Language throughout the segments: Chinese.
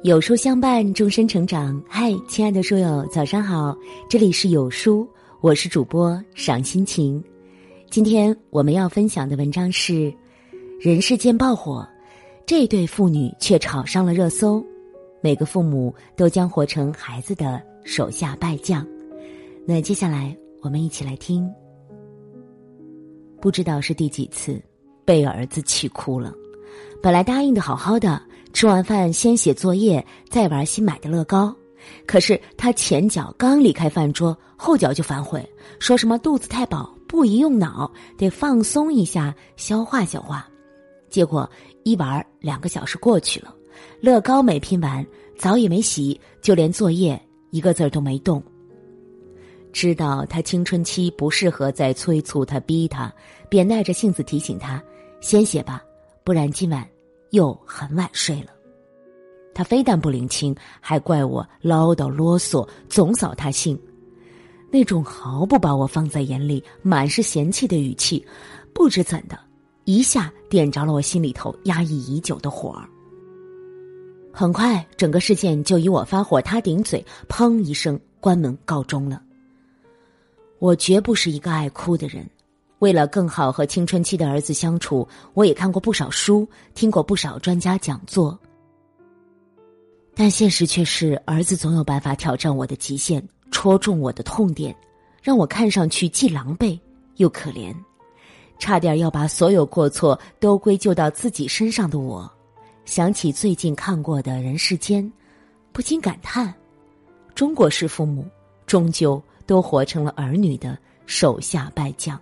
有书相伴，终身成长。嗨，亲爱的书友，早上好，这里是有书，我是主播赏心情。今天我们要分享的文章是人世间爆火，这对父女却炒上了热搜，每个父母都将活成孩子的手下败将。那接下来我们一起来听。不知道是第几次被儿子气哭了，本来答应的好好的，吃完饭先写作业，再玩新买的乐高。可是他前脚刚离开饭桌，后脚就反悔，说什么肚子太饱，不宜用脑，得放松一下，消化消化。结果一玩2个小时过去了，乐高没拼完，澡也没洗，就连作业一个字儿都没动。知道他青春期不适合再催促他逼他，便耐着性子提醒他先写吧，不然今晚又很晚睡了。他非但不领情，还怪我唠叨啰嗦，总扫他兴。那种毫不把我放在眼里，满是嫌弃的语气，不知怎的一下点着了我心里头压抑已久的火儿。很快整个事件就以我发火他顶嘴，砰一声关门告终了。我绝不是一个爱哭的人，为了更好和青春期的儿子相处，我也看过不少书，听过不少专家讲座。但现实却是，儿子总有办法挑战我的极限，戳中我的痛点，让我看上去既狼狈又可怜。差点要把所有过错都归咎到自己身上的我，想起最近看过的《人世间》，不禁感叹，中国式父母终究都活成了儿女的手下败将。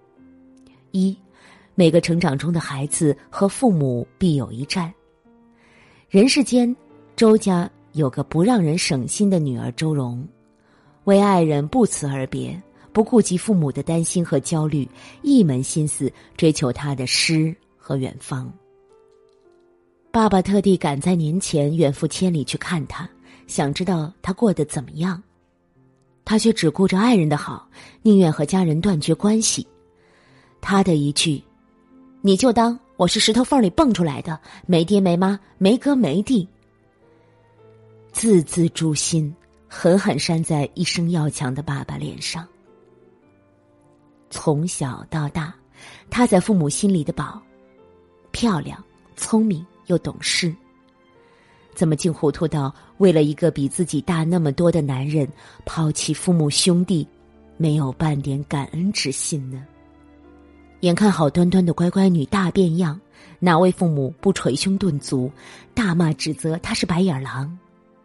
每个成长中的孩子和父母必有一战。人世间，周家有个不让人省心的女儿周蓉，为爱人不辞而别，不顾及父母的担心和焦虑，一门心思追求他的诗和远方。爸爸特地赶在年前远赴千里去看他，想知道他过得怎么样。他却只顾着爱人的好，宁愿和家人断绝关系。他的一句你就当我是石头缝里蹦出来的，没爹没妈没哥没弟，字字诛心，狠狠扇在一生要强的爸爸脸上。从小到大，他在父母心里的宝，漂亮聪明又懂事，怎么竟糊涂到为了一个比自己大那么多的男人，抛弃父母兄弟，没有半点感恩之心呢？眼看好端端的乖乖女大变样，哪位父母不捶胸顿足，大骂指责她是白眼狼？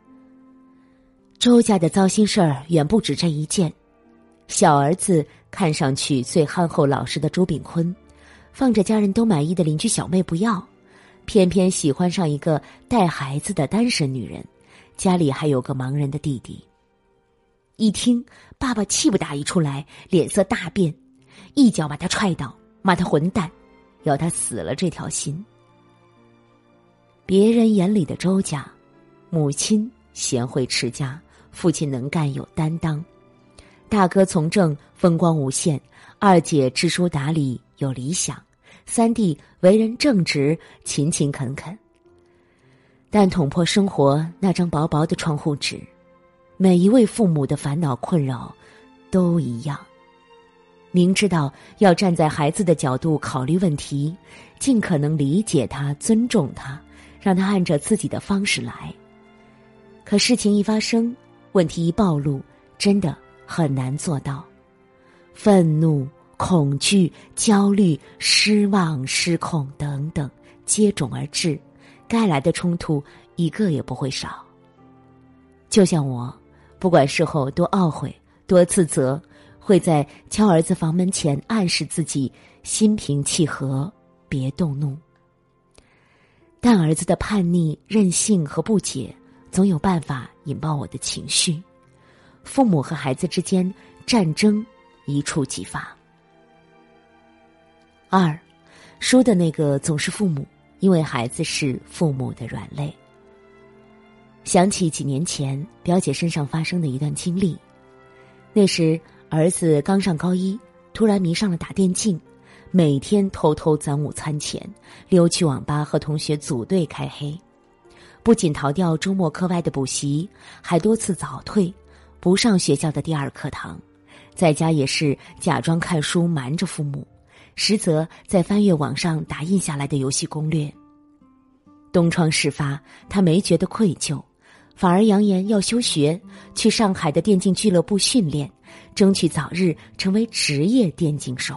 周家的糟心事儿远不止这一件。小儿子看上去最憨厚老实的周炳坤，放着家人都满意的邻居小妹不要，偏偏喜欢上一个带孩子的单身女人，家里还有个盲人的弟弟。一听，爸爸气不打一处来，脸色大变，一脚把他踹倒，骂他混蛋，要他死了这条心。别人眼里的周家，母亲贤惠持家，父亲能干有担当，大哥从政风光无限，二姐知书达理有理想，三弟为人正直勤勤恳恳。但捅破生活那张薄薄的窗户纸，每一位父母的烦恼困扰都一样。明知道要站在孩子的角度考虑问题，尽可能理解他尊重他，让他按着自己的方式来，可事情一发生，问题一暴露，真的很难做到。愤怒、恐惧、焦虑、失望、失控等等接踵而至，该来的冲突一个也不会少。就像我，不管事后多懊悔多自责，会在敲儿子房门前暗示自己心平气和，别动怒。但儿子的叛逆、任性和不解，总有办法引爆我的情绪，父母和孩子之间战争一触即发。输的那个总是父母，因为孩子是父母的软肋。想起几年前表姐身上发生的一段经历，那时儿子刚上高一，突然迷上了打电竞，每天偷偷攒午餐钱，溜去网吧和同学组队开黑。 不仅逃掉周末课外的补习，还多次早退，不上学校的第二课堂，在家也是假装看书瞒着父母，实则在翻阅网上打印下来的游戏攻略。东窗事发，他没觉得愧疚，反而扬言要休学，去上海的电竞俱乐部训练，争取早日成为职业电竞手。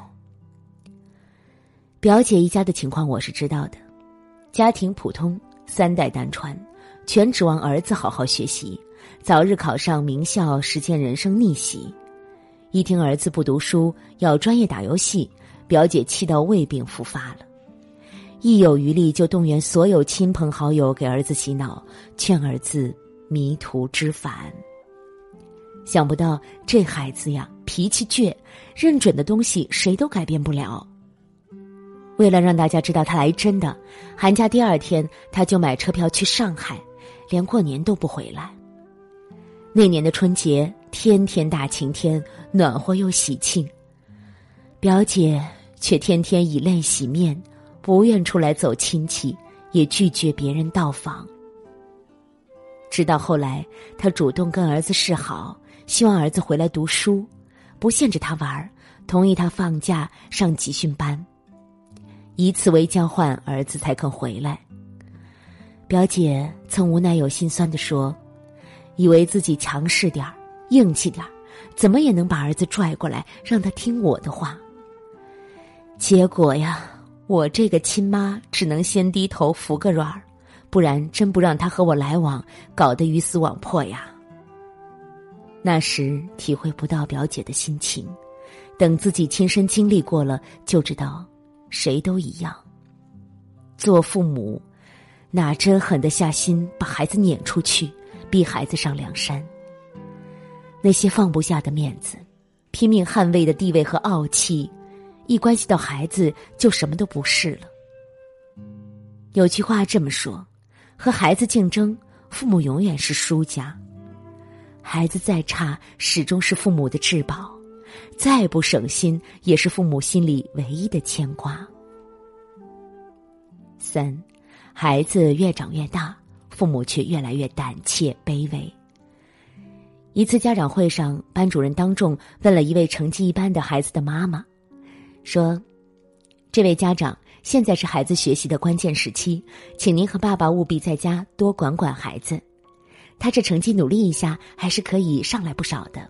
表姐一家的情况我是知道的，家庭普通，3代单传，全指望儿子好好学习，早日考上名校，实现人生逆袭。一听儿子不读书，要专业打游戏，表姐气到胃病复发了。一有余力就动员所有亲朋好友给儿子洗脑，劝儿子迷途知返。想不到这孩子呀，脾气倔，认准的东西谁都改变不了。为了让大家知道他来真的，寒假第2天他就买车票去上海，连过年都不回来。那年的春节，天天大晴天，暖和又喜庆，表姐却天天以泪洗面，不愿出来走亲戚，也拒绝别人到访。直到后来，他主动跟儿子示好，希望儿子回来读书，不限制他玩，同意他放假上集训班。以此为交换，儿子才肯回来。表姐曾无奈又心酸地说，以为自己强势点儿，硬气点儿，怎么也能把儿子拽过来，让他听我的话。结果呀，我这个亲妈只能先低头服个软儿，不然真不让他和我来往，搞得鱼死网破呀。那时体会不到表姐的心情，等自己亲身经历过了，就知道谁都一样。做父母哪真狠得下心把孩子撵出去，逼孩子上梁山。那些放不下的面子，拼命捍卫的地位和傲气，一关系到孩子就什么都不是了。有句话这么说，和孩子竞争，父母永远是输家。孩子再差，始终是父母的至宝，再不省心，也是父母心里唯一的牵挂。3，孩子越长越大，父母却越来越胆怯卑微。一次家长会上，班主任当众问了一位成绩一般的孩子的妈妈，说，这位家长，现在是孩子学习的关键时期，请您和爸爸务必在家多管管孩子，他这成绩努力一下，还是可以上来不少的。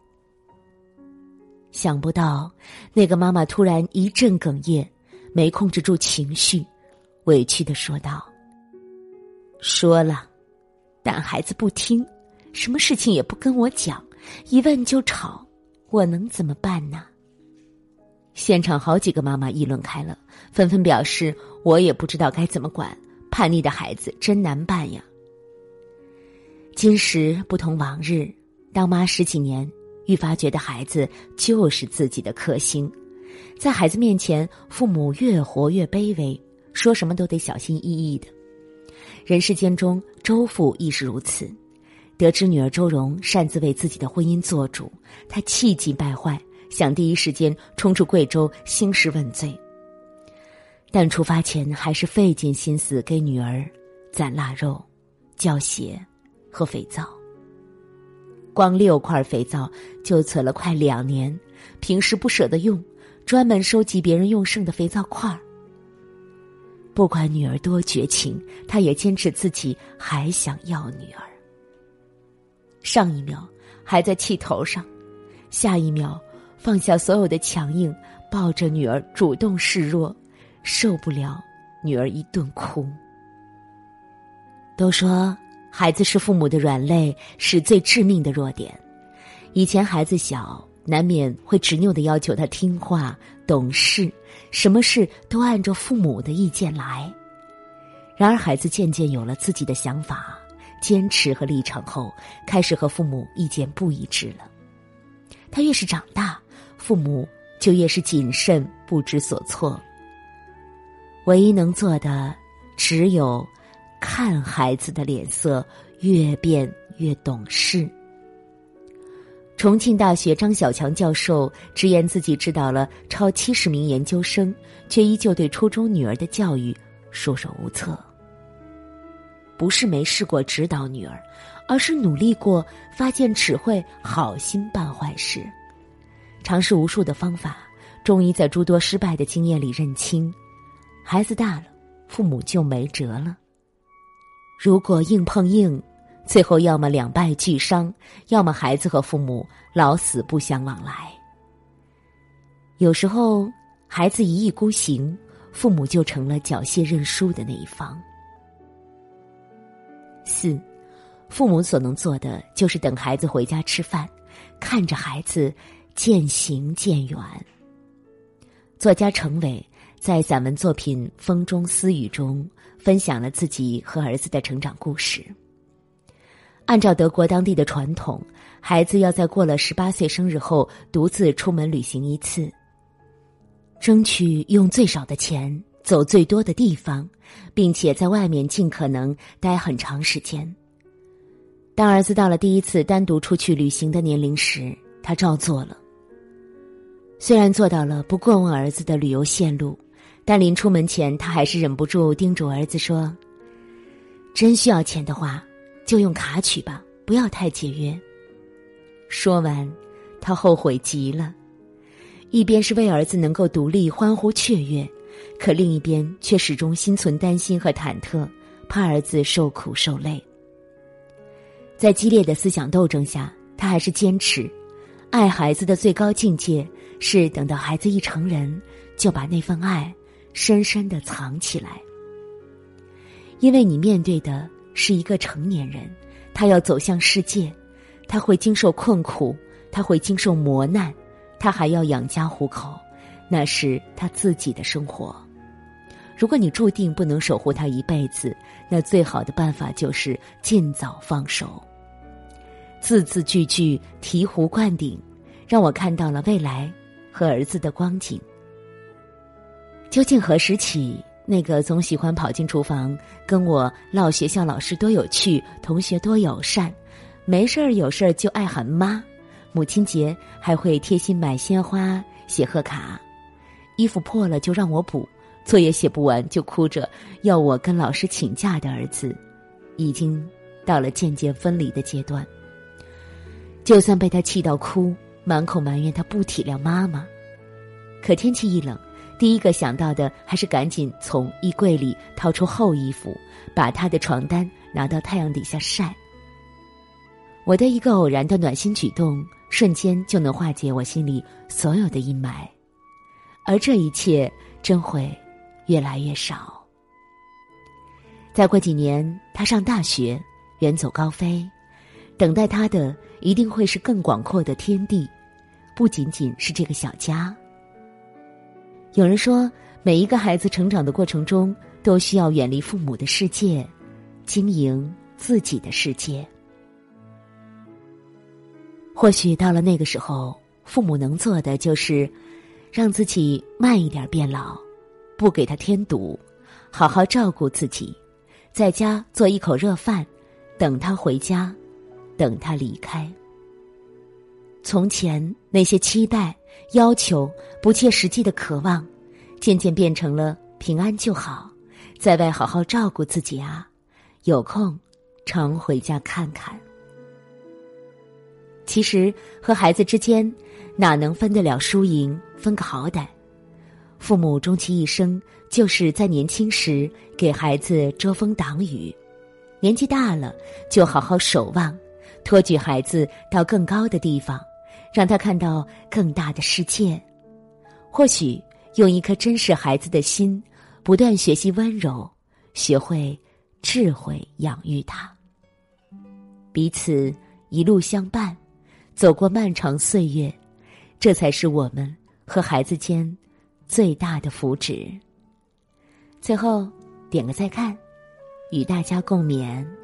想不到那个妈妈突然一阵哽咽，没控制住情绪，委屈地说道，说了，但孩子不听，什么事情也不跟我讲，一问就吵，我能怎么办呢？现场好几个妈妈议论开了，纷纷表示，我也不知道该怎么管，叛逆的孩子真难办呀。今时不同往日，当妈10几年，愈发觉得孩子就是自己的克星，在孩子面前，父母越活越卑微，说什么都得小心翼翼的。人世间中，周父亦是如此。得知女儿周蓉擅自为自己的婚姻做主，他气急败坏，想第一时间冲出贵州兴师问罪。但出发前还是费尽心思给女儿攒腊肉、教鞋和肥皂。光6块肥皂就存了快2年，平时不舍得用，专门收集别人用剩的肥皂块。不管女儿多绝情，他也坚持自己还想要女儿。上一秒还在气头上，下一秒放下所有的强硬，抱着女儿主动示弱，受不了女儿一顿哭。都说孩子是父母的软肋，是最致命的弱点。以前孩子小，难免会执拗地要求他听话懂事，什么事都按照父母的意见来。然而孩子渐渐有了自己的想法、坚持和立场后，开始和父母意见不一致了。他越是长大，父母就越是谨慎不知所措。唯一能做的只有看孩子的脸色，越变越懂事。重庆大学张小强教授直言自己指导了超70名研究生，却依旧对初中女儿的教育束手无策。 不是没试过指导女儿，而是努力过，发现只会好心办坏事。尝试无数的方法，终于在诸多失败的经验里认清，孩子大了，父母就没辙了。如果硬碰硬，最后要么两败俱伤，要么孩子和父母老死不相往来。有时候孩子一意孤行，父母就成了缴械认输的那一方。4. 父母所能做的就是等孩子回家吃饭，看着孩子渐行渐远。作家程伟在散文作品《风中私语》中分享了自己和儿子的成长故事。按照德国当地的传统，孩子要在过了18岁生日后独自出门旅行一次，争取用最少的钱走最多的地方，并且在外面尽可能待很长时间。当儿子到了第一次单独出去旅行的年龄时，他照做了。虽然做到了不过问儿子的旅游线路，但临出门前他还是忍不住叮嘱儿子说，真需要钱的话就用卡取吧，不要太节约。说完，他后悔极了，一边是为儿子能够独立欢呼雀跃，可另一边却始终心存担心和忐忑，怕儿子受苦受累。在激烈的思想斗争下，他还是坚持，爱孩子的最高境界是等到孩子一成人，就把那份爱深深地藏起来。因为你面对的是一个成年人，他要走向世界，他会经受困苦，他会经受磨难，他还要养家糊口，那是他自己的生活。如果你注定不能守护他一辈子，那最好的办法就是尽早放手。字字句句醍醐灌顶，让我看到了未来和儿子的光景。究竟何时起，那个总喜欢跑进厨房跟我唠学校老师多有趣，同学多友善，没事儿有事儿就爱喊妈，母亲节还会贴心买鲜花写贺卡，衣服破了就让我补，作业写不完就哭着要我跟老师请假的儿子，已经到了渐渐分离的阶段。就算被他气到哭，满口埋怨他不体谅妈妈，可天气一冷，第一个想到的还是赶紧从衣柜里掏出厚衣服，把他的床单拿到太阳底下晒。我的一个偶然的暖心举动，瞬间就能化解我心里所有的阴霾，而这一切真会越来越少。再过几年，他上大学，远走高飞，等待他的一定会是更广阔的天地，不仅仅是这个小家。有人说，每一个孩子成长的过程中，都需要远离父母的世界，经营自己的世界。或许到了那个时候，父母能做的就是让自己慢一点变老，不给他添堵，好好照顾自己，在家做一口热饭，等他回家，等他离开。从前那些期待、要求、不切实际的渴望，渐渐变成了平安就好，在外好好照顾自己啊，有空常回家看看。其实和孩子之间哪能分得了输赢，分个好歹。父母终其一生就是在年轻时给孩子遮风挡雨，年纪大了就好好守望，托举孩子到更高的地方，让他看到更大的世界。或许用一颗珍视孩子的心，不断学习温柔，学会智慧养育他，彼此一路相伴，走过漫长岁月，这才是我们和孩子间最大的福祉。最后点个再看，与大家共勉。